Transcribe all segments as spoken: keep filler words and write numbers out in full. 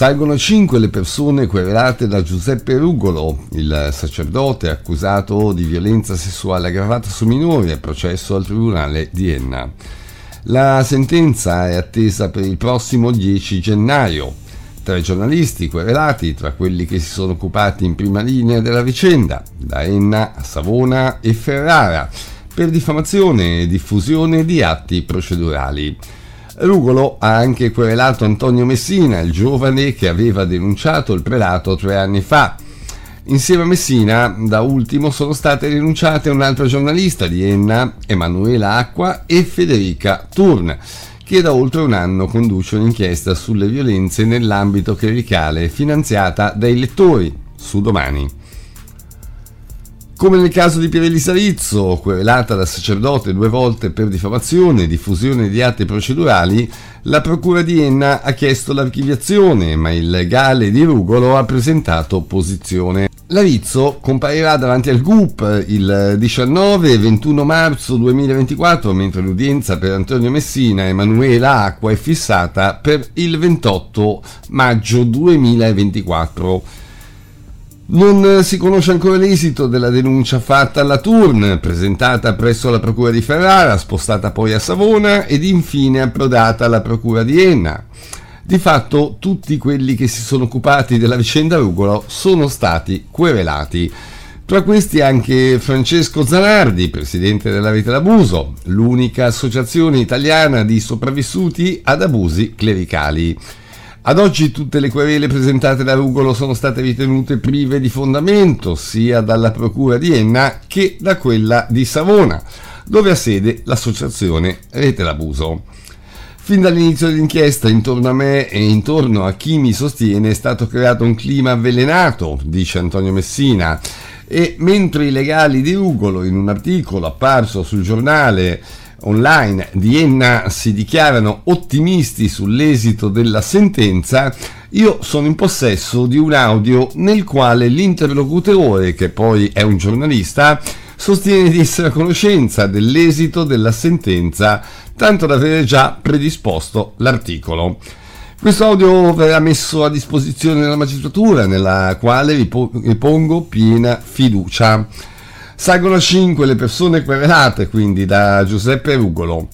Salgono a cinque le persone querelate da Giuseppe Rugolo, il sacerdote accusato di violenza sessuale aggravata su minori a processo al Tribunale di Enna. La sentenza è attesa per il prossimo dieci gennaio. Tre giornalisti querelati tra quelli che si sono occupati in prima linea della vicenda, da Enna a Savona e Ferrara, per diffamazione e diffusione di atti procedurali. Rugolo ha anche querelato Antonio Messina, il giovane che aveva denunciato il prelato tre anni fa. Insieme a Messina, da ultimo, sono state denunciate un'altra giornalista di Enna, Emanuela Acqua, e Federica Turn, che da oltre un anno conduce un'inchiesta sulle violenze nell'ambito clericale finanziata dai lettori, su Domani. Come nel caso di Pierelisa Rizzo, querelata da sacerdote due volte per diffamazione e diffusione di atti procedurali, la procura di Enna ha chiesto l'archiviazione, ma il legale di Rugolo ha presentato opposizione. La Rizzo comparirà davanti al G U P il diciannove e ventuno marzo duemilaventiquattro, mentre l'udienza per Antonio Messina e Emanuela Acqua è fissata per il ventotto maggio duemilaventiquattro. Non si conosce ancora l'esito della denuncia fatta alla Turn, presentata presso la procura di Ferrara, spostata poi a Savona ed infine approdata alla procura di Enna. Di fatto tutti quelli che si sono occupati della vicenda Rugolo sono stati querelati. Tra questi anche Francesco Zanardi, presidente della Rete d'Abuso, l'unica associazione italiana di sopravvissuti ad abusi clericali. Ad oggi tutte le querele presentate da Rugolo sono state ritenute prive di fondamento sia dalla procura di Enna che da quella di Savona, dove ha sede l'associazione Rete d'Abuso. Fin dall'inizio dell'inchiesta, intorno a me e intorno a chi mi sostiene è stato creato un clima avvelenato, dice Antonio Messina, e mentre i legali di Rugolo, in un articolo apparso sul giornale online di Enna, si dichiarano ottimisti sull'esito della sentenza, io sono in possesso di un audio nel quale l'interlocutore, che poi è un giornalista, sostiene di essere a conoscenza dell'esito della sentenza, tanto da avere già predisposto l'articolo. Questo audio verrà messo a disposizione della magistratura, nella quale ripongo piena fiducia. Salgono a cinque le persone querelate quindi da Giuseppe Rugolo.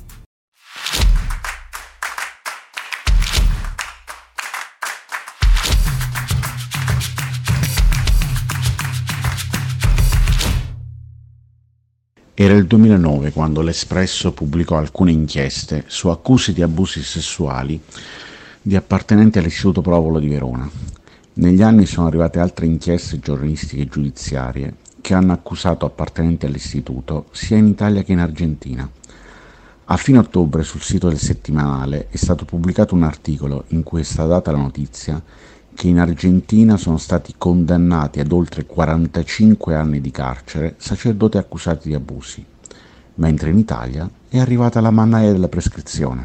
Era il duemilanove quando l'Espresso pubblicò alcune inchieste su accuse di abusi sessuali di appartenenti all'Istituto Provolo di Verona. Negli anni sono arrivate altre inchieste giornalistiche e giudiziarie che hanno accusato appartenenti all'istituto sia in Italia che in Argentina. A fine ottobre sul sito del settimanale è stato pubblicato un articolo in cui è stata data la notizia che in Argentina sono stati condannati ad oltre quarantacinque anni di carcere sacerdoti accusati di abusi, mentre in Italia è arrivata la mannaia della prescrizione.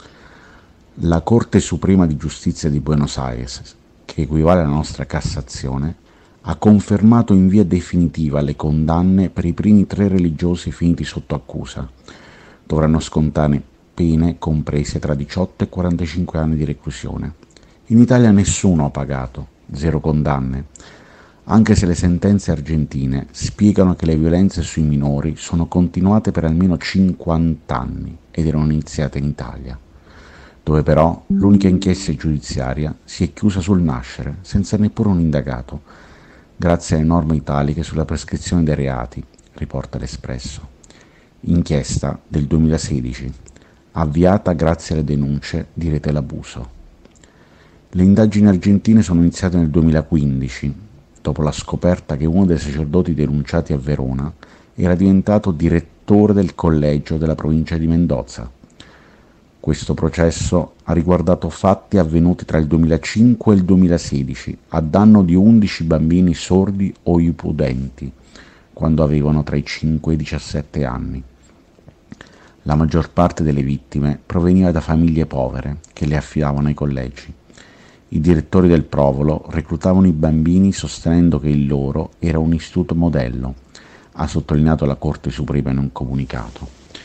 La Corte Suprema di Giustizia di Buenos Aires, che equivale alla nostra Cassazione, ha confermato in via definitiva le condanne per i primi tre religiosi finiti sotto accusa. Dovranno scontare pene comprese tra diciotto e quarantacinque anni di reclusione. In Italia nessuno ha pagato, zero condanne, anche se le sentenze argentine spiegano che le violenze sui minori sono continuate per almeno cinquanta anni ed erano iniziate in Italia, dove però l'unica inchiesta giudiziaria si è chiusa sul nascere, senza neppure un indagato, grazie alle norme italiche sulla prescrizione dei reati, riporta l'Espresso. Inchiesta del duemilasedici, avviata grazie alle denunce di Rete d'Abuso. Le indagini argentine sono iniziate nel duemilaquindici, dopo la scoperta che uno dei sacerdoti denunciati a Verona era diventato direttore del collegio della provincia di Mendoza. Questo processo ha riguardato fatti avvenuti tra il duemilacinque e il duemilasedici a danno di undici bambini sordi o ipudenti, quando avevano tra i cinque e i diciassette anni. La maggior parte delle vittime proveniva da famiglie povere che le affidavano ai collegi. I direttori del Provolo reclutavano i bambini sostenendo che il loro era un istituto modello, ha sottolineato la Corte Suprema in un comunicato.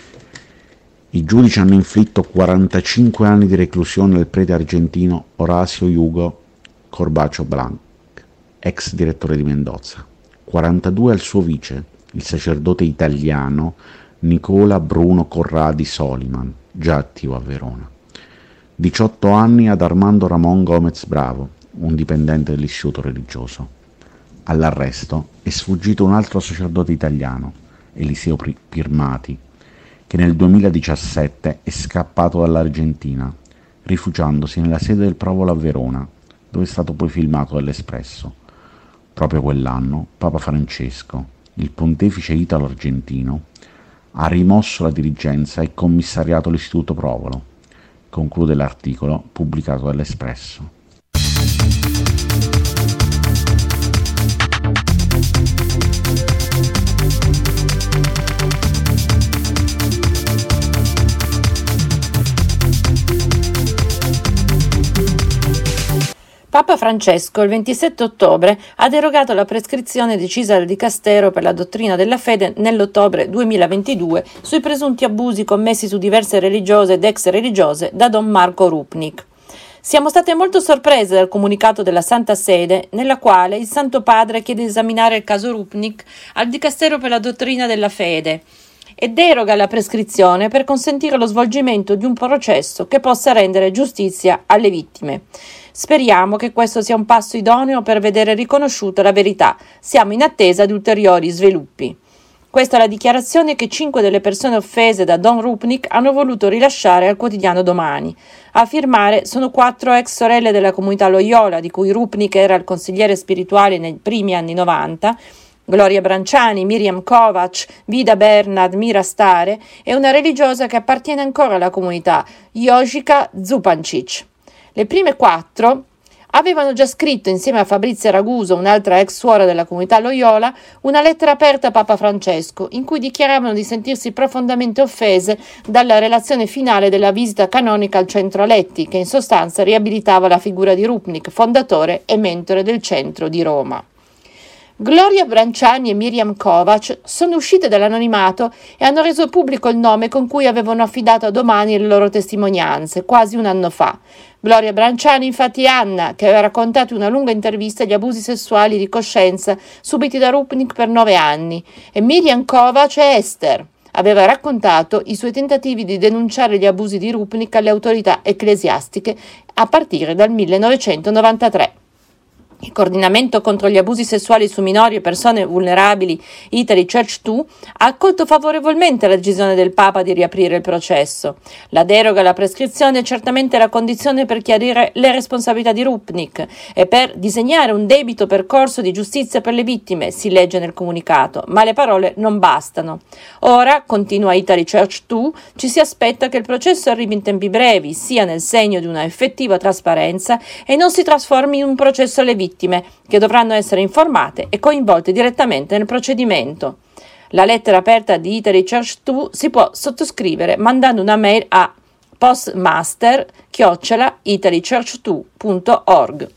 I giudici hanno inflitto quarantacinque anni di reclusione al prete argentino Horacio Hugo Corbacio Blanc, ex direttore di Mendoza. quarantadue al suo vice, il sacerdote italiano Nicola Bruno Corradi Soliman, già attivo a Verona. diciotto anni ad Armando Ramon Gomez Bravo, un dipendente dell'istituto religioso. All'arresto è sfuggito un altro sacerdote italiano, Eliseo Pirmati, che nel duemiladiciassette è scappato dall'Argentina, rifugiandosi nella sede del Provolo a Verona, dove è stato poi filmato dall'Espresso. Proprio quell'anno Papa Francesco, il pontefice italo-argentino, ha rimosso la dirigenza e commissariato l'Istituto Provolo, conclude l'articolo pubblicato dall'Espresso. Papa Francesco il ventisette ottobre ha derogato la prescrizione decisa dal Dicastero per la dottrina della fede nell'ottobre duemilaventidue sui presunti abusi commessi su diverse religiose ed ex religiose da Don Marco Rupnik. Siamo state molto sorprese dal comunicato della Santa Sede, nella quale il Santo Padre chiede di esaminare il caso Rupnik al Dicastero per la dottrina della fede e deroga la prescrizione per consentire lo svolgimento di un processo che possa rendere giustizia alle vittime. Speriamo che questo sia un passo idoneo per vedere riconosciuta la verità. Siamo in attesa di ulteriori sviluppi. Questa è la dichiarazione che cinque delle persone offese da Don Rupnik hanno voluto rilasciare al quotidiano Domani. A firmare sono quattro ex sorelle della comunità Loyola, di cui Rupnik era il consigliere spirituale nei primi anni novanta, Gloria Branciani, Miriam Kovac, Vida Bernard, Mira Stare e una religiosa che appartiene ancora alla comunità, Jožica Zupancic. Le prime quattro avevano già scritto insieme a Fabrizia Raguso, un'altra ex suora della comunità Loyola, una lettera aperta a Papa Francesco in cui dichiaravano di sentirsi profondamente offese dalla relazione finale della visita canonica al centro Aletti, che in sostanza riabilitava la figura di Rupnik, fondatore e mentore del centro di Roma. Gloria Branciani e Miriam Kovac sono uscite dall'anonimato e hanno reso pubblico il nome con cui avevano affidato a Domani le loro testimonianze, quasi un anno fa. Gloria Branciani infatti è Anna, che aveva raccontato in una lunga intervista gli abusi sessuali di coscienza subiti da Rupnik per nove anni, e Miriam Kovac è Esther. Aveva raccontato i suoi tentativi di denunciare gli abusi di Rupnik alle autorità ecclesiastiche a partire dal millenovecentonovantatré. Il coordinamento contro gli abusi sessuali su minori e persone vulnerabili Italy Church due ha accolto favorevolmente la decisione del Papa di riaprire il processo. La deroga alla prescrizione è certamente la condizione per chiarire le responsabilità di Rupnik e per disegnare un debito percorso di giustizia per le vittime, si legge nel comunicato, ma le parole non bastano. Ora, continua Italy Church due, ci si aspetta che il processo arrivi in tempi brevi, sia nel segno di una effettiva trasparenza e non si trasformi in un processo alle vittime, che dovranno essere informate e coinvolte direttamente nel procedimento. La lettera aperta di Italy Church due si può sottoscrivere mandando una mail a postmaster chiocciola italy church due punto org.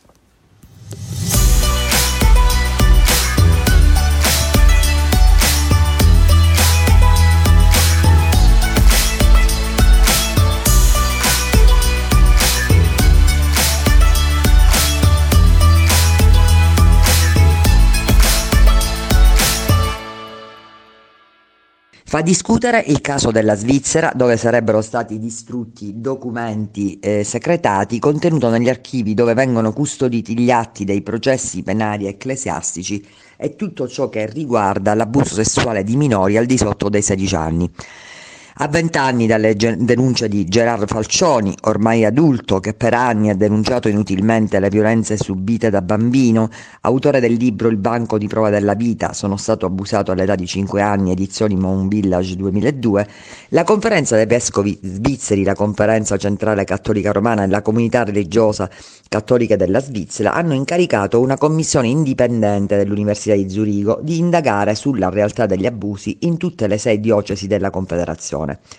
Fa discutere il caso della Svizzera, dove sarebbero stati distrutti documenti eh, secretati contenuti negli archivi dove vengono custoditi gli atti dei processi penali ecclesiastici e tutto ciò che riguarda l'abuso sessuale di minori al di sotto dei sedici anni. A vent'anni dalle gen- denunce di Gerard Falcioni, ormai adulto, che per anni ha denunciato inutilmente le violenze subite da bambino, autore del libro Il banco di prova della vita, sono stato abusato all'età di cinque anni, edizioni Moon Village duemiladue, la conferenza dei vescovi svizzeri, la conferenza centrale cattolica romana e la comunità religiosa cattolica della Svizzera hanno incaricato una commissione indipendente dell'Università di Zurigo di indagare sulla realtà degli abusi in tutte le sei diocesi della Confederazione.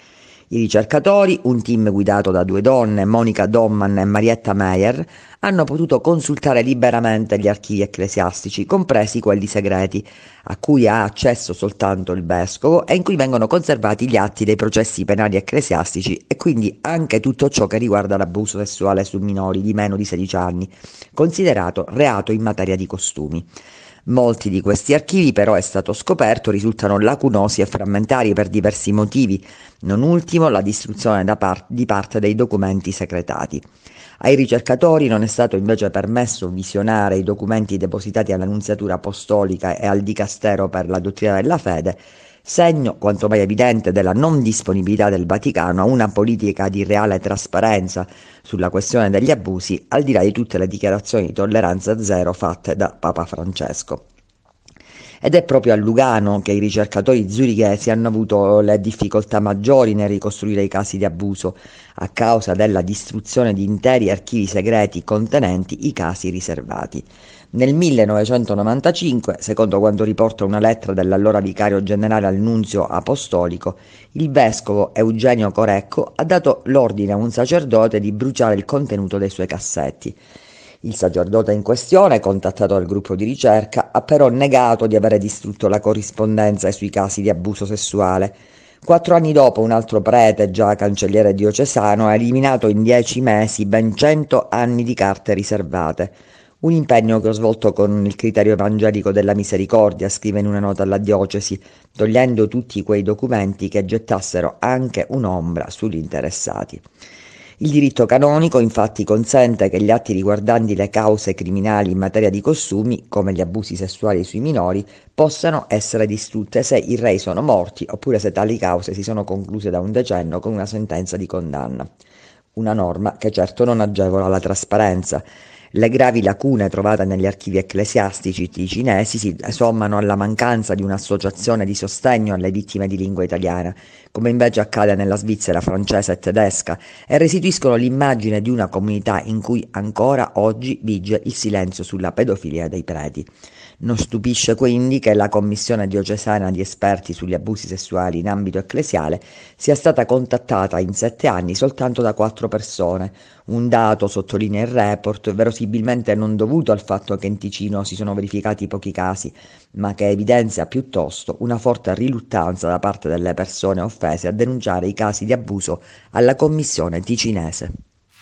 I ricercatori, un team guidato da due donne, Monica Domman e Marietta Meyer, hanno potuto consultare liberamente gli archivi ecclesiastici, compresi quelli segreti, a cui ha accesso soltanto il vescovo e in cui vengono conservati gli atti dei processi penali ecclesiastici e quindi anche tutto ciò che riguarda l'abuso sessuale su minori di meno di sedici anni, considerato reato in materia di costumi. Molti di questi archivi, però, è stato scoperto, risultano lacunosi e frammentari per diversi motivi, non ultimo la distruzione da par- di parte dei documenti segretati. Ai ricercatori non è stato invece permesso visionare i documenti depositati all'Annunziatura Apostolica e al Dicastero per la Dottrina della Fede, segno quanto mai evidente della non disponibilità del Vaticano a una politica di reale trasparenza sulla questione degli abusi, al di là di tutte le dichiarazioni di tolleranza zero fatte da Papa Francesco. Ed è proprio a Lugano che i ricercatori zurichesi hanno avuto le difficoltà maggiori nel ricostruire i casi di abuso, a causa della distruzione di interi archivi segreti contenenti i casi riservati. Nel millenovecentonovantacinque, secondo quanto riporta una lettera dell'allora vicario generale al nunzio apostolico, il vescovo Eugenio Corecco ha dato l'ordine a un sacerdote di bruciare il contenuto dei suoi cassetti. Il sacerdote in questione, contattato dal gruppo di ricerca, ha però negato di avere distrutto la corrispondenza sui casi di abuso sessuale. Quattro anni dopo, un altro prete, già cancelliere diocesano, ha eliminato in dieci mesi ben cento anni di carte riservate. Un impegno che ho svolto con il criterio evangelico della misericordia, scrive in una nota alla diocesi, togliendo tutti quei documenti che gettassero anche un'ombra sugli interessati. Il diritto canonico infatti consente che gli atti riguardanti le cause criminali in materia di costumi, come gli abusi sessuali sui minori, possano essere distrutte se i rei sono morti oppure se tali cause si sono concluse da un decennio con una sentenza di condanna. Una norma che certo non agevola la trasparenza. Le gravi lacune trovate negli archivi ecclesiastici ticinesi si sommano alla mancanza di un'associazione di sostegno alle vittime di lingua italiana, come invece accade nella Svizzera francese e tedesca, e restituiscono l'immagine di una comunità in cui ancora oggi vige il silenzio sulla pedofilia dei preti. Non stupisce quindi che la Commissione diocesana di esperti sugli abusi sessuali in ambito ecclesiale sia stata contattata in sette anni soltanto da quattro persone, un dato, sottolinea il report, verosimilmente non dovuto al fatto che in Ticino si sono verificati pochi casi, ma che evidenzia piuttosto una forte riluttanza da parte delle persone offese a denunciare i casi di abuso alla Commissione ticinese.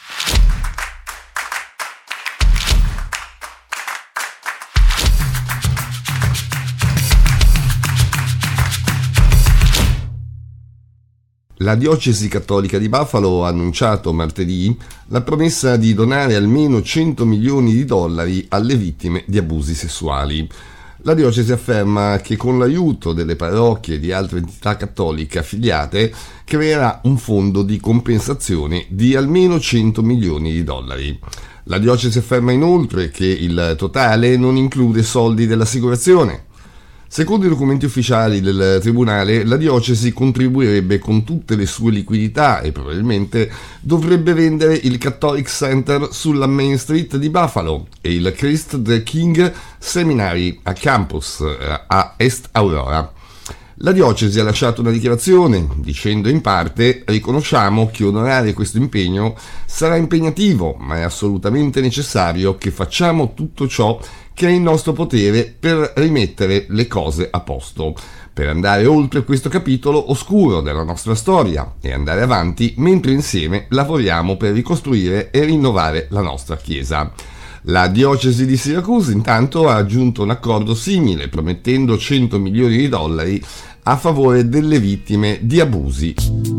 La diocesi cattolica di Buffalo ha annunciato martedì la promessa di donare almeno cento milioni di dollari alle vittime di abusi sessuali. La diocesi afferma che con l'aiuto delle parrocchie e di altre entità cattoliche affiliate creerà un fondo di compensazione di almeno cento milioni di dollari. La diocesi afferma inoltre che il totale non include soldi dell'assicurazione. Secondo i documenti ufficiali del tribunale, la diocesi contribuirebbe con tutte le sue liquidità e probabilmente dovrebbe vendere il Catholic Center sulla Main Street di Buffalo e il Christ the King Seminary a campus a Est Aurora. La diocesi ha lasciato una dichiarazione dicendo in parte: riconosciamo che onorare questo impegno sarà impegnativo, ma è assolutamente necessario che facciamo tutto ciò che è in nostro potere per rimettere le cose a posto, per andare oltre questo capitolo oscuro della nostra storia e andare avanti mentre insieme lavoriamo per ricostruire e rinnovare la nostra Chiesa. La diocesi di Syracuse intanto ha aggiunto un accordo simile, promettendo cento milioni di dollari a favore delle vittime di abusi.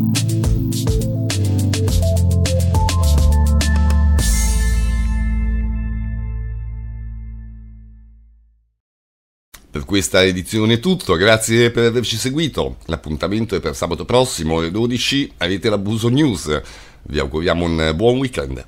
Per questa edizione è tutto, grazie per averci seguito. L'appuntamento è per sabato prossimo alle dodici, avete l'Abuso News. Vi auguriamo un buon weekend.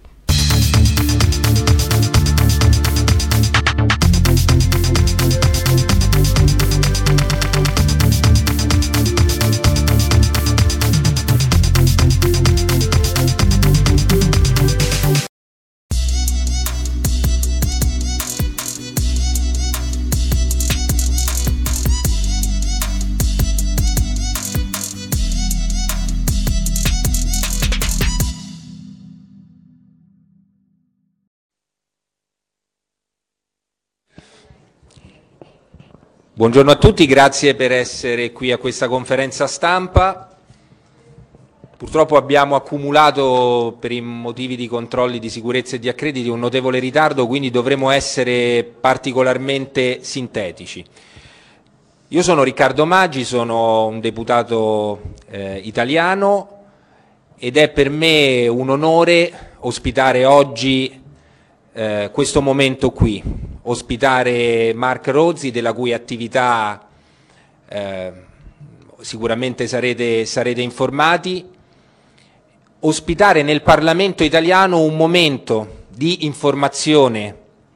Buongiorno a tutti, grazie per essere qui a questa conferenza stampa. Purtroppo abbiamo accumulato per i motivi di controlli di sicurezza e di accrediti un notevole ritardo, quindi dovremo essere particolarmente sintetici. Io sono Riccardo Maggi, sono un deputato eh, italiano ed è per me un onore ospitare oggi eh, questo momento qui, ospitare Mark Rozzi, della cui attività eh, sicuramente sarete, sarete informati, ospitare nel Parlamento italiano un momento di informazione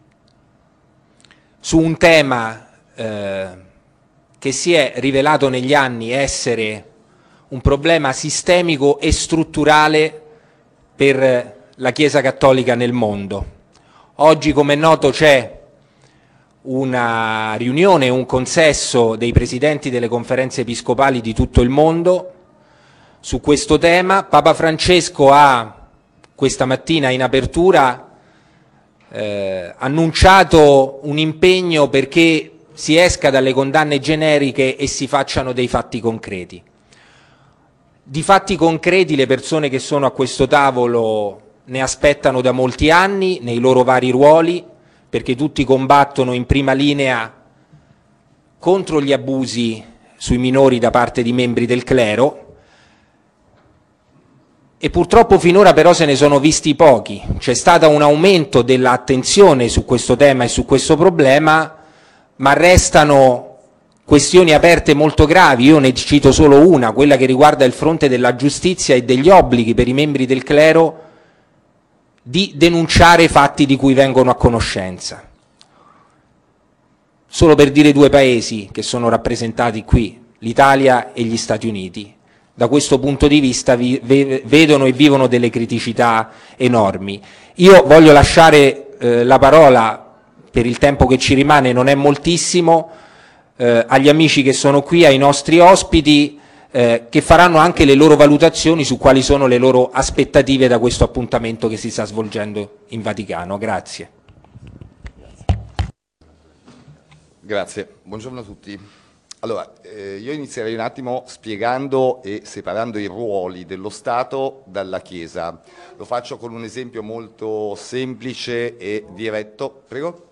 su un tema eh, che si è rivelato negli anni essere un problema sistemico e strutturale per la Chiesa Cattolica nel mondo. Oggi, come è noto, c'è una riunione, un consesso dei presidenti delle conferenze episcopali di tutto il mondo su questo tema. Papa Francesco ha questa mattina in apertura eh, annunciato un impegno perché si esca dalle condanne generiche e si facciano dei fatti concreti. Di fatti concreti le persone che sono a questo tavolo ne aspettano da molti anni nei loro vari ruoli, perché tutti combattono in prima linea contro gli abusi sui minori da parte di membri del clero, e purtroppo finora però se ne sono visti pochi. C'è stato un aumento dell'attenzione su questo tema e su questo problema, ma restano questioni aperte molto gravi. Io ne cito solo una, quella che riguarda il fronte della giustizia e degli obblighi per i membri del clero di denunciare fatti di cui vengono a conoscenza. Solo per dire due paesi che sono rappresentati qui, l'Italia e gli Stati Uniti. Da questo punto di vista vi, ve, vedono e vivono delle criticità enormi. Io voglio lasciare eh, la parola, per il tempo che ci rimane non è moltissimo, eh, agli amici che sono qui, ai nostri ospiti, eh, che faranno anche le loro valutazioni su quali sono le loro aspettative da questo appuntamento che si sta svolgendo in Vaticano. Grazie. Grazie, buongiorno a tutti. Allora, eh, io inizierei un attimo spiegando e separando i ruoli dello Stato dalla Chiesa. Lo faccio con un esempio molto semplice e diretto. Prego?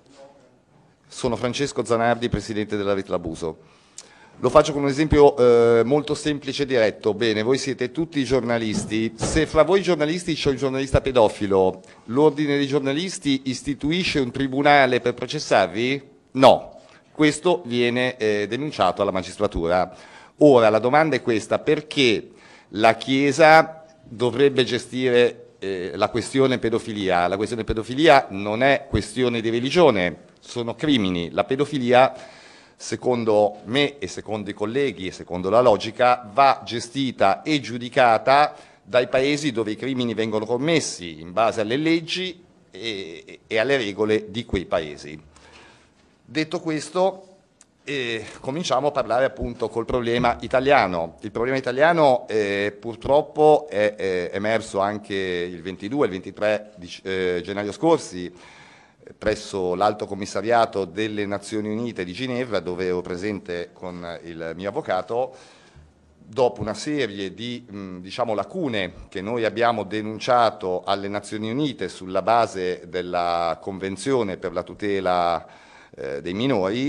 Sono Francesco Zanardi, presidente della Rete Labuso. Lo faccio con un esempio eh, molto semplice e diretto. Bene, voi siete tutti giornalisti. Se fra voi giornalisti c'è un giornalista pedofilo, l'ordine dei giornalisti istituisce un tribunale per processarvi? No. Questo viene eh, denunciato alla magistratura. Ora la domanda è questa: perché la Chiesa dovrebbe gestire eh, la questione pedofilia? La questione pedofilia non è questione di religione, sono crimini. La pedofilia, secondo me e secondo i colleghi e secondo la logica, va gestita e giudicata dai paesi dove i crimini vengono commessi in base alle leggi e, e alle regole di quei paesi. Detto questo, eh, cominciamo a parlare appunto col problema italiano. Il problema italiano eh, purtroppo è, è emerso anche il ventidue e il ventitré di, eh, gennaio scorsi eh, presso l'Alto Commissariato delle Nazioni Unite di Ginevra, dove ero presente con il mio avvocato, dopo una serie di mh, diciamo, lacune che noi abbiamo denunciato alle Nazioni Unite sulla base della Convenzione per la tutela dei minori.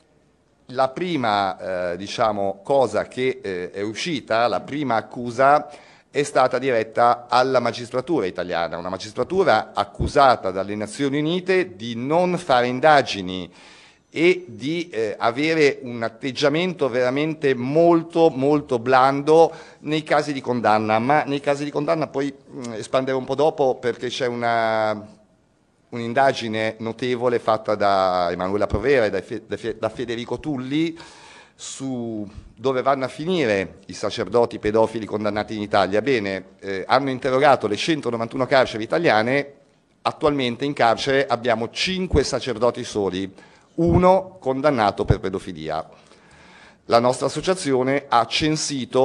La prima eh, diciamo, cosa che eh, è uscita, la prima accusa è stata diretta alla magistratura italiana, una magistratura accusata dalle Nazioni Unite di non fare indagini e di eh, avere un atteggiamento veramente molto molto blando nei casi di condanna, ma nei casi di condanna poi mh, espanderò un po' dopo, perché c'è una un'indagine notevole fatta da Emanuela Provera e da, Fe, da Federico Tulli su dove vanno a finire i sacerdoti pedofili condannati in Italia. Bene, eh, hanno interrogato le centonovantuno carceri italiane, attualmente in carcere abbiamo cinque sacerdoti soli, uno condannato per pedofilia. La nostra associazione ha censito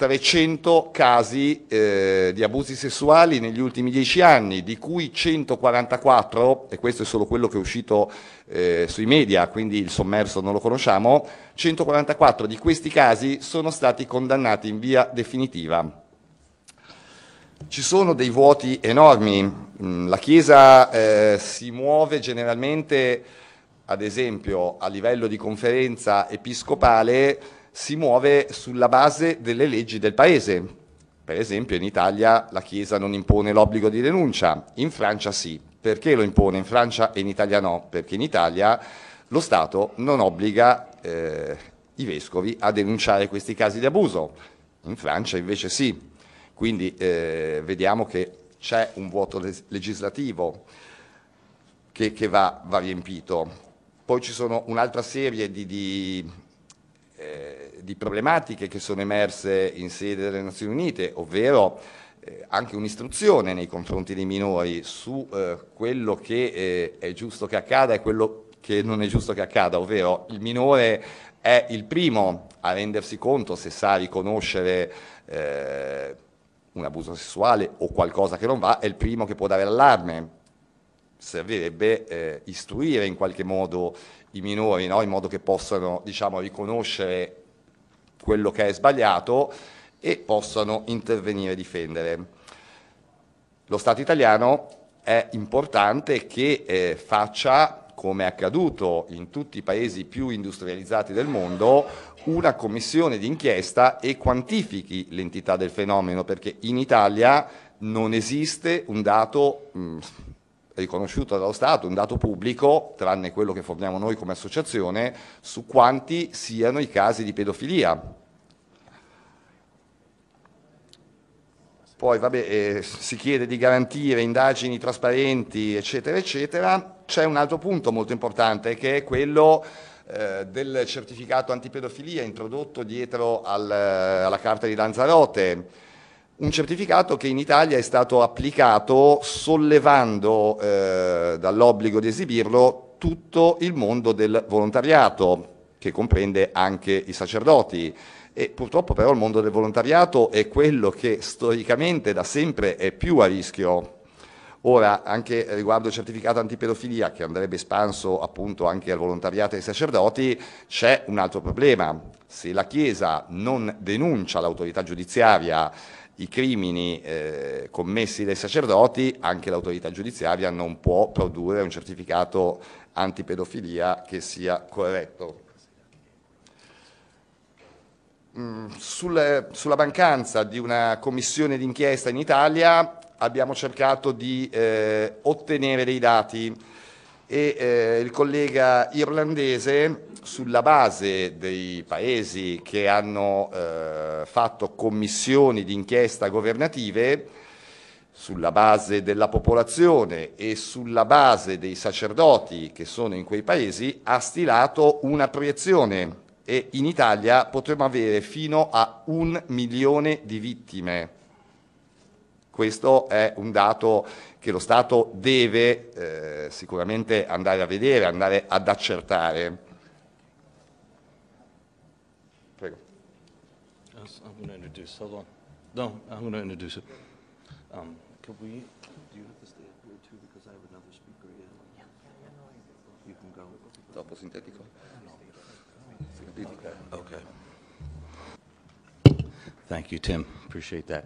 trecento casi eh, di abusi sessuali negli ultimi dieci anni, di cui centoquarantaquattro, e questo è solo quello che è uscito eh, sui media, quindi il sommerso non lo conosciamo, centoquarantaquattro di questi casi sono stati condannati in via definitiva. Ci sono dei vuoti enormi, la Chiesa eh, si muove generalmente, ad esempio a livello di conferenza episcopale, si muove sulla base delle leggi del Paese. Per esempio in Italia la Chiesa non impone l'obbligo di denuncia, in Francia sì. Perché lo impone in Francia e in Italia no? Perché in Italia lo Stato non obbliga eh, i vescovi a denunciare questi casi di abuso, in Francia invece sì. Quindi eh, vediamo che c'è un vuoto legislativo che, che va, va riempito. Poi ci sono un'altra serie di, di, eh, di problematiche che sono emerse in sede delle Nazioni Unite, ovvero eh, anche un'istruzione nei confronti dei minori su eh, quello che eh, è giusto che accada e quello che non è giusto che accada, ovvero il minore è il primo a rendersi conto se sa riconoscere eh, un abuso sessuale o qualcosa che non va, è il primo che può dare l'allarme. Servirebbe eh, istruire in qualche modo i minori, no? In modo che possano, diciamo, riconoscere quello che è sbagliato e possano intervenire e difendere. Lo Stato italiano è importante che eh, faccia, come è accaduto in tutti i paesi più industrializzati del mondo, una commissione d'inchiesta e quantifichi l'entità del fenomeno, perché in Italia non esiste un dato mh, riconosciuto dallo Stato, un dato pubblico, tranne quello che forniamo noi come associazione, su quanti siano i casi di pedofilia. Poi vabbè, eh, si chiede di garantire indagini trasparenti, eccetera, eccetera. C'è un altro punto molto importante che è quello eh, del certificato antipedofilia introdotto dietro al, alla Carta di Lanzarote. Un certificato che in Italia è stato applicato sollevando eh, dall'obbligo di esibirlo tutto il mondo del volontariato, che comprende anche i sacerdoti. E purtroppo però il mondo del volontariato è quello che storicamente da sempre è più a rischio. Ora, anche riguardo il certificato antipedofilia, che andrebbe espanso appunto anche al volontariato e ai sacerdoti, c'è un altro problema. Se la Chiesa non denuncia all'autorità giudiziaria i crimini eh, commessi dai sacerdoti, anche l'autorità giudiziaria non può produrre un certificato antipedofilia che sia corretto. Sul, sulla mancanza di una commissione d'inchiesta in Italia abbiamo cercato di eh, ottenere dei dati e eh, il collega irlandese, sulla base dei paesi che hanno eh, fatto commissioni d'inchiesta governative, sulla base della popolazione e sulla base dei sacerdoti che sono in quei paesi, ha stilato una proiezione. E in Italia potremo avere fino a un milione di vittime. Questo è un dato che lo Stato deve eh, sicuramente andare a vedere, andare ad accertare. Prego. I'm going to introduce. Hold on. No, I'm going to introduce it. Um, can we? Do you have to stay up here too because I have another speaker? Yeah. You can go. Dopo sintetico. Okay. Okay. Thank you, Tim. Appreciate that.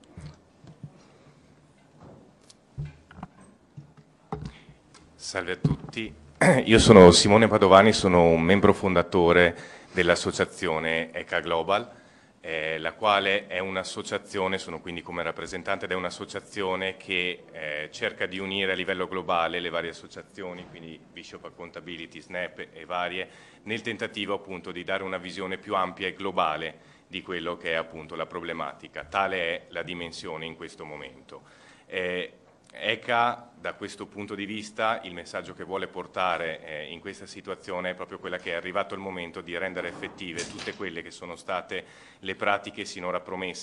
Salve a tutti. Io sono Simone Padovani, sono un membro fondatore dell'associazione E C A Global, eh, la quale è un'associazione, sono quindi come rappresentante, ed è un'associazione che eh, cerca di unire a livello globale le varie associazioni, quindi Bishop Accountability, SNAP e varie, nel tentativo appunto di dare una visione più ampia e globale di quello che è appunto la problematica. Tale è la dimensione in questo momento. Eh, E C A, da questo punto di vista, il messaggio che vuole portare eh, in questa situazione è proprio quella che è arrivato il momento di rendere effettive tutte quelle che sono state le pratiche sinora promesse,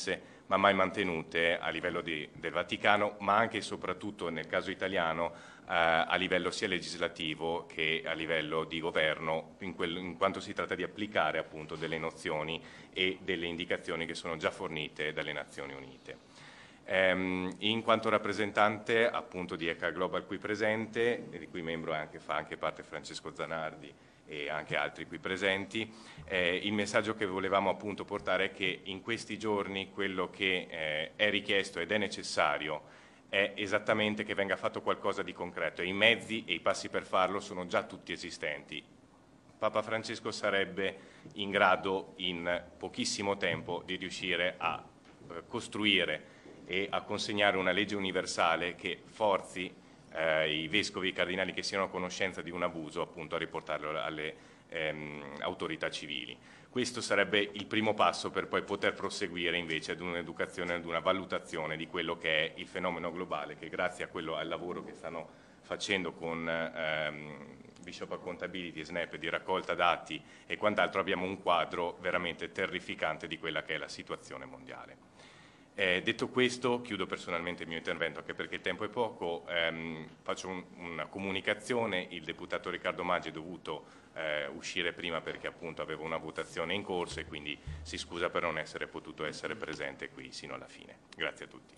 ma mai mantenute a livello di, del Vaticano, ma anche e soprattutto nel caso italiano eh, a livello sia legislativo che a livello di governo, in, quel, in quanto si tratta di applicare appunto delle nozioni e delle indicazioni che sono già fornite dalle Nazioni Unite. Ehm, in quanto rappresentante appunto di ECA Global qui presente, di cui membro anche, fa anche parte Francesco Zanardi e anche altri qui presenti, eh, il messaggio che volevamo appunto portare è che in questi giorni quello che eh, è richiesto ed è necessario è esattamente che venga fatto qualcosa di concreto, e i mezzi e i passi per farlo sono già tutti esistenti. Papa Francesco sarebbe in grado in pochissimo tempo di riuscire a eh, costruire e a consegnare una legge universale che forzi eh, i vescovi e i cardinali che siano a conoscenza di un abuso appunto a riportarlo alle ehm, autorità civili. Questo sarebbe il primo passo per poi poter proseguire invece ad un'educazione, ad una valutazione di quello che è il fenomeno globale, che grazie a quello, al lavoro che stanno facendo con ehm, Bishop Accountability, Snap, di raccolta dati e quant'altro, abbiamo un quadro veramente terrificante di quella che è la situazione mondiale. Eh, detto questo, chiudo personalmente il mio intervento, anche perché il tempo è poco, ehm, faccio un, una comunicazione. Il deputato Riccardo Maggi è dovuto eh, uscire prima perché appunto aveva una votazione in corso e quindi si scusa per non essere potuto essere presente qui sino alla fine. Grazie a tutti.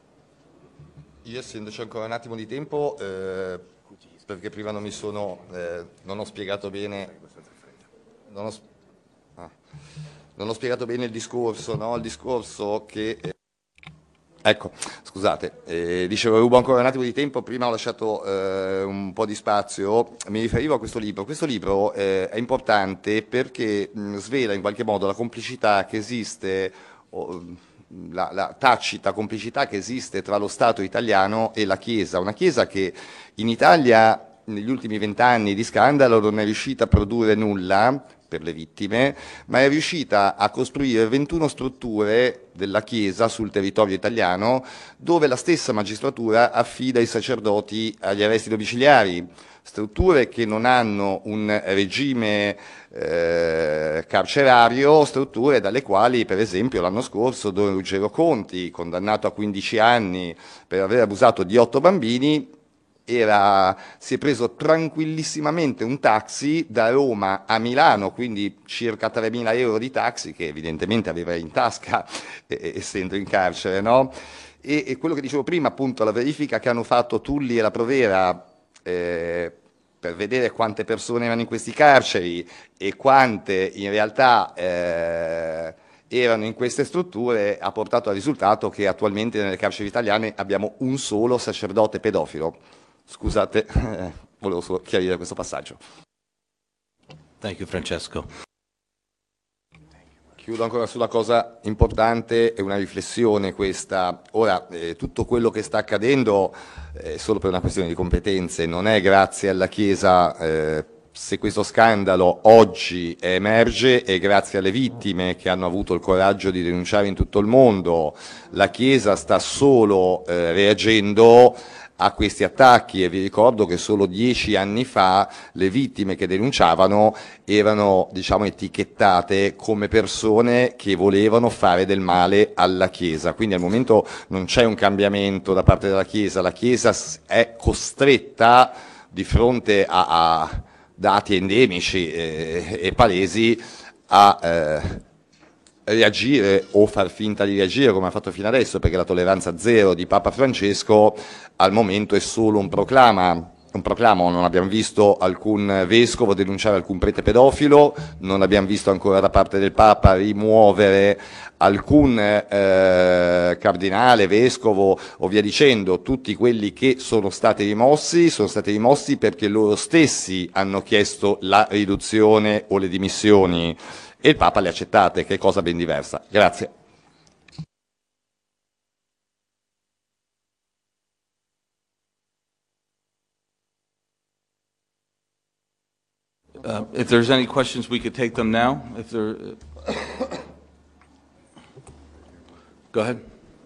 Io, essendoci ancora un attimo di tempo, eh, perché prima non mi sono, eh, non ho spiegato bene, non ho, ah, non ho spiegato bene il discorso, no? Il discorso che... Eh, Ecco, scusate, eh, dicevo, rubo ancora un attimo di tempo, prima ho lasciato eh, un po' di spazio, mi riferivo a questo libro. Questo libro eh, è importante perché mh, svela in qualche modo la complicità che esiste, o, la, la tacita complicità che esiste tra lo Stato italiano e la Chiesa, una Chiesa che in Italia negli ultimi vent'anni di scandalo non è riuscita a produrre nulla per le vittime, ma è riuscita a costruire ventuno strutture della Chiesa sul territorio italiano, dove la stessa magistratura affida i sacerdoti agli arresti domiciliari, strutture che non hanno un regime eh, carcerario, strutture dalle quali, per esempio, l'anno scorso Don Ruggero Conti, condannato a quindici anni per aver abusato di otto bambini, Era, si è preso tranquillissimamente un taxi da Roma a Milano, quindi circa tremila euro di taxi che evidentemente aveva in tasca eh, essendo in carcere, no? E, e quello che dicevo prima, appunto, la verifica che hanno fatto Tulli e la Provera eh, per vedere quante persone erano in questi carceri e quante in realtà eh, erano in queste strutture ha portato al risultato che attualmente nelle carceri italiane abbiamo un solo sacerdote pedofilo. Scusate, eh, volevo solo chiarire questo passaggio. Thank you, Francesco. Chiudo ancora sulla cosa importante, è una riflessione questa. Ora, eh, tutto quello che sta accadendo è solo per una questione di competenze, non è grazie alla Chiesa. Eh, se questo scandalo oggi emerge è grazie alle vittime che hanno avuto il coraggio di denunciare in tutto il mondo. La Chiesa sta solo eh, reagendo a questi attacchi e vi ricordo che solo dieci anni fa le vittime che denunciavano erano, diciamo, etichettate come persone che volevano fare del male alla Chiesa, quindi al momento non c'è un cambiamento da parte della Chiesa, la Chiesa è costretta di fronte a, a dati endemici eh, e palesi a eh, reagire o far finta di reagire come ha fatto fino adesso, perché la tolleranza zero di Papa Francesco al momento è solo un proclama, un proclamo. Non abbiamo visto alcun vescovo denunciare alcun prete pedofilo, non abbiamo visto ancora da parte del Papa rimuovere alcun eh, cardinale, vescovo o via dicendo. Tutti quelli che sono stati rimossi sono stati rimossi perché loro stessi hanno chiesto la riduzione o le dimissioni e il Papa le ha accettate, che è cosa ben diversa. Grazie. Uh, if there's any questions, we could take them now. If there, uh, go ahead.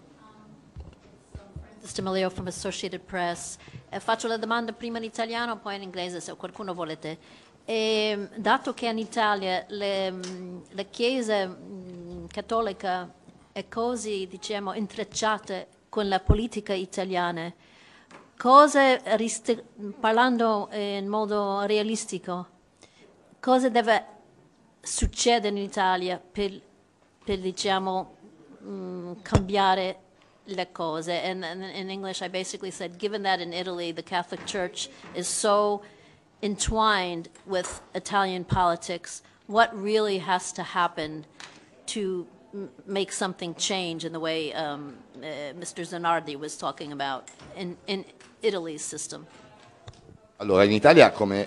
Stimaleo from Associated Press. Eh, faccio la domanda prima in italiano, poi in inglese se qualcuno volete. E, dato che in Italia le, la Chiesa mh, cattolica e così, diciamo, intrecciate con la politica italiana, cosa, parlando in modo realistico, cosa deve succedere in Italia per, per diciamo, mh, cambiare le cose? And, and in English I basically said, given that in Italy the Catholic Church is so entwined with Italian politics, what really has to happen to m- make something change in the way um, uh, Mister Zanardi was talking about in, in Italy's system? Allora, in Italia, come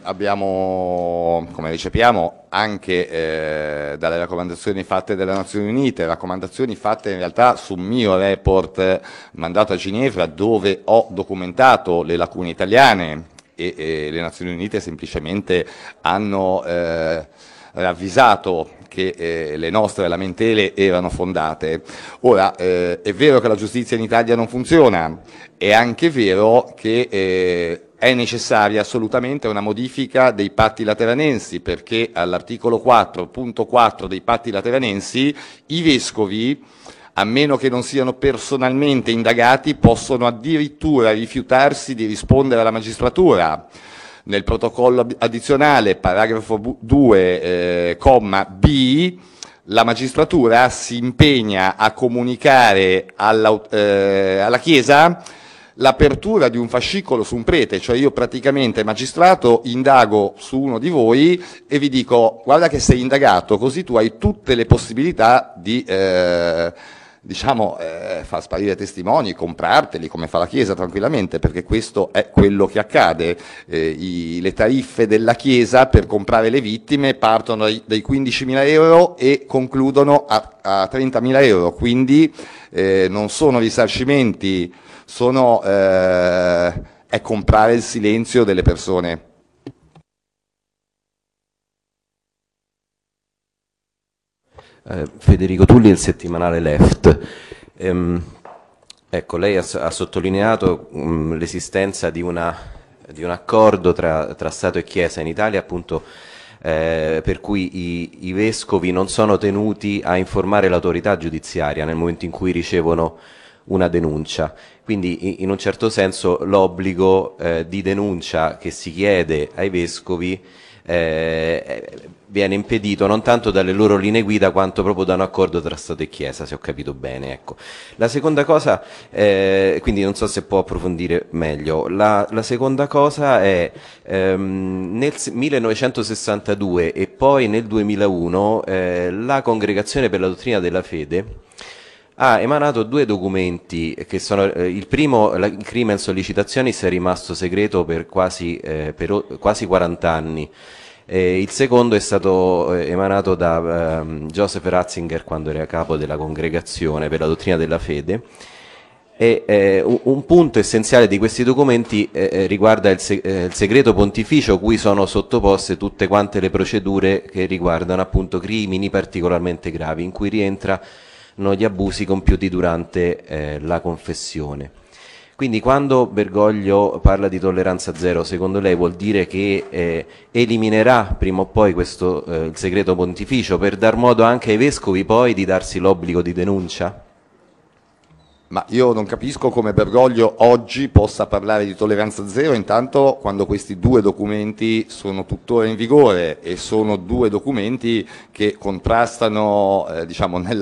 abbiamo, come ricepiamo anche eh, dalle raccomandazioni fatte dalle Nazioni Unite, raccomandazioni fatte in realtà su un mio report mandato a Ginevra, dove ho documentato le lacune italiane e, e le Nazioni Unite semplicemente hanno eh, ravvisato che eh, le nostre lamentele erano fondate. Ora, eh, è vero che la giustizia in Italia non funziona, è anche vero che eh, è necessaria assolutamente una modifica dei patti lateranensi, perché all'articolo quattro punto quattro dei patti lateranensi i vescovi, a meno che non siano personalmente indagati, possono addirittura rifiutarsi di rispondere alla magistratura. Nel protocollo addizionale, paragrafo due, eh, comma B, la magistratura si impegna a comunicare alla, eh, alla Chiesa l'apertura di un fascicolo su un prete, cioè io praticamente magistrato indago su uno di voi e vi dico guarda che sei indagato, così tu hai tutte le possibilità di eh, diciamo eh, far sparire testimoni, comprarteli come fa la Chiesa tranquillamente, perché questo è quello che accade. Eh, i, le tariffe della Chiesa per comprare le vittime partono dai, dai quindicimila euro e concludono a, a trentamila euro, quindi eh, non sono risarcimenti, sono eh, è comprare il silenzio delle persone. Eh, Federico Tulli, il settimanale Left. Ehm, ecco, lei ha, ha sottolineato um, l'esistenza di, una, di un accordo tra, tra Stato e Chiesa in Italia, appunto, eh, per cui i, i vescovi non sono tenuti a informare l'autorità giudiziaria nel momento in cui ricevono una denuncia. Quindi in un certo senso l'obbligo eh, di denuncia che si chiede ai vescovi eh, viene impedito non tanto dalle loro linee guida quanto proprio da un accordo tra Stato e Chiesa, se ho capito bene. Ecco. La seconda cosa, eh, quindi non so se può approfondire meglio, la, la seconda cosa è ehm, nel millenovecentosessantadue e poi nel duemilauno eh, la Congregazione per la Dottrina della Fede ha emanato due documenti che sono, eh, il primo, la, il Crimen Sollicitationis, è rimasto segreto per quasi, eh, per, quasi quaranta anni, eh, il secondo è stato eh, emanato da eh, Joseph Ratzinger quando era capo della Congregazione per la Dottrina della Fede, e eh, un, un punto essenziale di questi documenti eh, riguarda il, se, eh, il segreto pontificio cui sono sottoposte tutte quante le procedure che riguardano appunto crimini particolarmente gravi, in cui rientra gli abusi compiuti durante eh, la confessione. Quindi quando Bergoglio parla di tolleranza zero, secondo lei vuol dire che eh, eliminerà prima o poi questo, eh, il segreto pontificio per dar modo anche ai vescovi poi di darsi l'obbligo di denuncia? Ma io non capisco come Bergoglio oggi possa parlare di tolleranza zero, intanto quando questi due documenti sono tuttora in vigore e sono due documenti che contrastano eh, diciamo nel,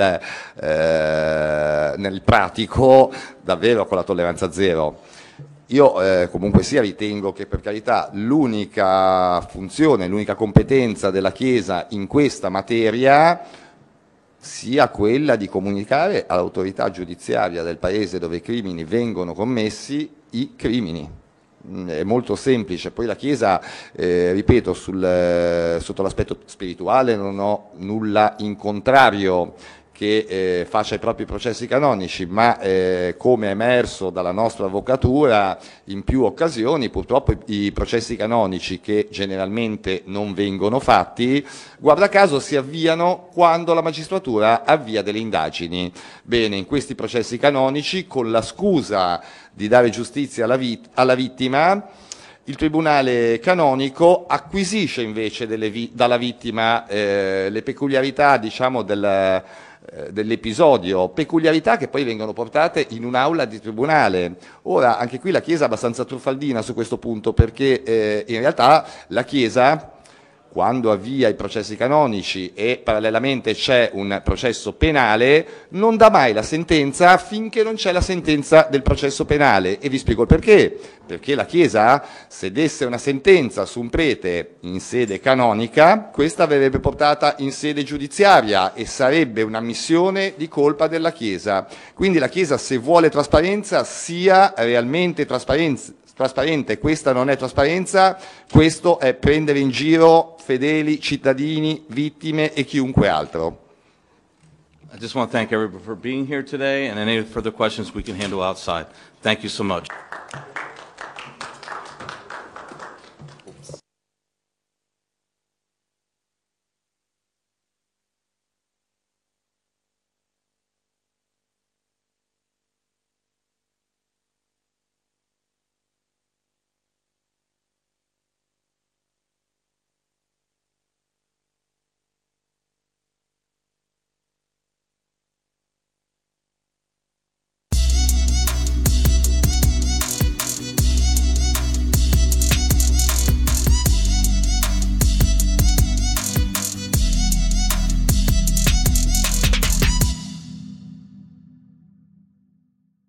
eh, nel pratico davvero con la tolleranza zero. Io eh, comunque sia ritengo che per carità l'unica funzione, l'unica competenza della Chiesa in questa materia sia quella di comunicare all'autorità giudiziaria del paese dove i crimini vengono commessi i crimini. È molto semplice, poi la Chiesa, eh, ripeto, sul, sotto l'aspetto spirituale non ho nulla in contrario che eh, faccia i propri processi canonici, ma eh, come è emerso dalla nostra avvocatura in più occasioni, purtroppo i, i processi canonici che generalmente non vengono fatti, guarda caso si avviano quando la magistratura avvia delle indagini. Bene, in questi processi canonici, con la scusa di dare giustizia alla, vit- alla vittima, il Tribunale canonico acquisisce invece delle vi- dalla vittima eh, le peculiarità, diciamo, del eh, dell'episodio, peculiarità che poi vengono portate in un'aula di tribunale. Ora, anche qui la Chiesa è abbastanza truffaldina su questo punto, perché eh, in realtà la Chiesa, quando avvia i processi canonici e parallelamente c'è un processo penale, non dà mai la sentenza finché non c'è la sentenza del processo penale. E vi spiego il perché. Perché la Chiesa, se desse una sentenza su un prete in sede canonica, questa verrebbe portata in sede giudiziaria e sarebbe un'ammissione di colpa della Chiesa. Quindi la Chiesa, se vuole trasparenza, sia realmente trasparenza. trasparente, questa non è trasparenza, questo è prendere in giro fedeli, cittadini, vittime e chiunque altro. I just want to thank everybody for being here today, and any further questions we can handle outside. Thank you so much.